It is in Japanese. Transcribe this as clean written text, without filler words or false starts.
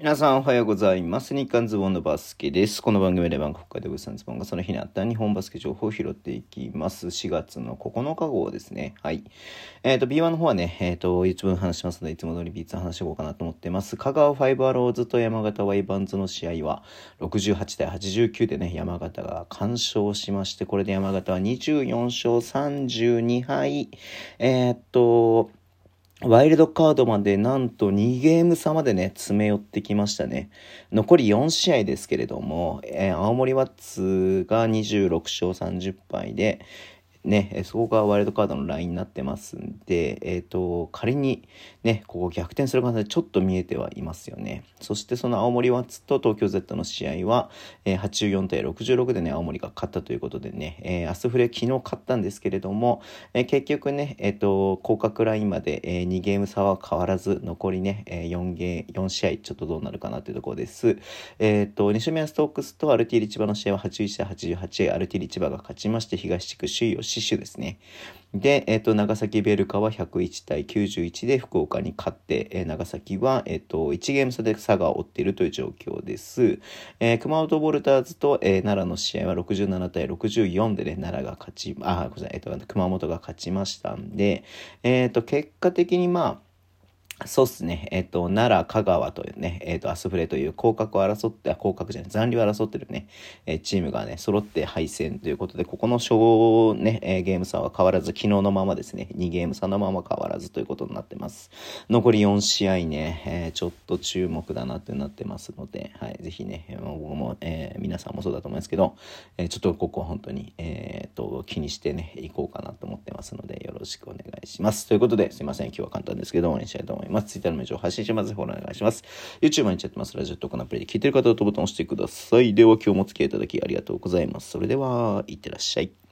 皆さんおはようございます。日刊ズボンのバスケです。この番組では北海道物産ズボンがその日にあった日本バスケ情報を拾っていきます。4月の9日号ですね。はい。B1 の方はね、一部話しますので、いつも通り B2 話していこうかなと思ってます。香川ファイブアローズと山形ワイバンズの試合は68対89でね、山形が完勝しまして、これで山形は24勝32敗。ワイルドカードまでなんと2ゲーム差までね、詰め寄ってきましたね。残り4試合ですけれども、青森ワッツが26勝30敗で、ね、そこがワイルドカードのラインになってますんで、仮にね、ここ逆転する可能性ちょっと見えてはいますよね。そしてその青森ワッツと東京 Z の試合は、84対66でね、青森が勝ったということでね、アスフレ昨日勝ったんですけれども、結局ね、降格ラインまで、2ゲーム差は変わらず、残りね、4試合ちょっとどうなるかなというところです。西宮ストークスとアルティリ千葉の試合は81対88、アルティリ千葉が勝ちまして、東地区首位を死守ですね。で、長崎ベルカは101対91で福岡に勝って、長崎は、1ゲーム差で差が追っているという状況です。熊本ボルターズと、奈良の試合は67対64でね、奈良が勝ち、熊本が勝ちましたんで、結果的にそうっすね。奈良、香川というね、アスフレという降格を争って、残留を争ってるね、チームがね、揃って敗戦ということで、ここのゲーム差は変わらず、昨日のままですね、2ゲーム差のまま変わらずということになってます。残り4試合ね、ちょっと注目だなってなってますので、はい、ぜひね、僕も、皆さんもそうだと思いますけど、ちょっとここは本当に、気にしてね、いこうかなと思ってますので、よろしくお願いします。ということで、すいません、今日は簡単ですけど、応援したいと思います。Twitter のメールを発信します。フォローお願いします。YouTube 毎日やってます。ラジオとかのアプリで聞いてる方はボタンを押してください。では今日もお付き合いいただきありがとうございます。それでは、いってらっしゃい。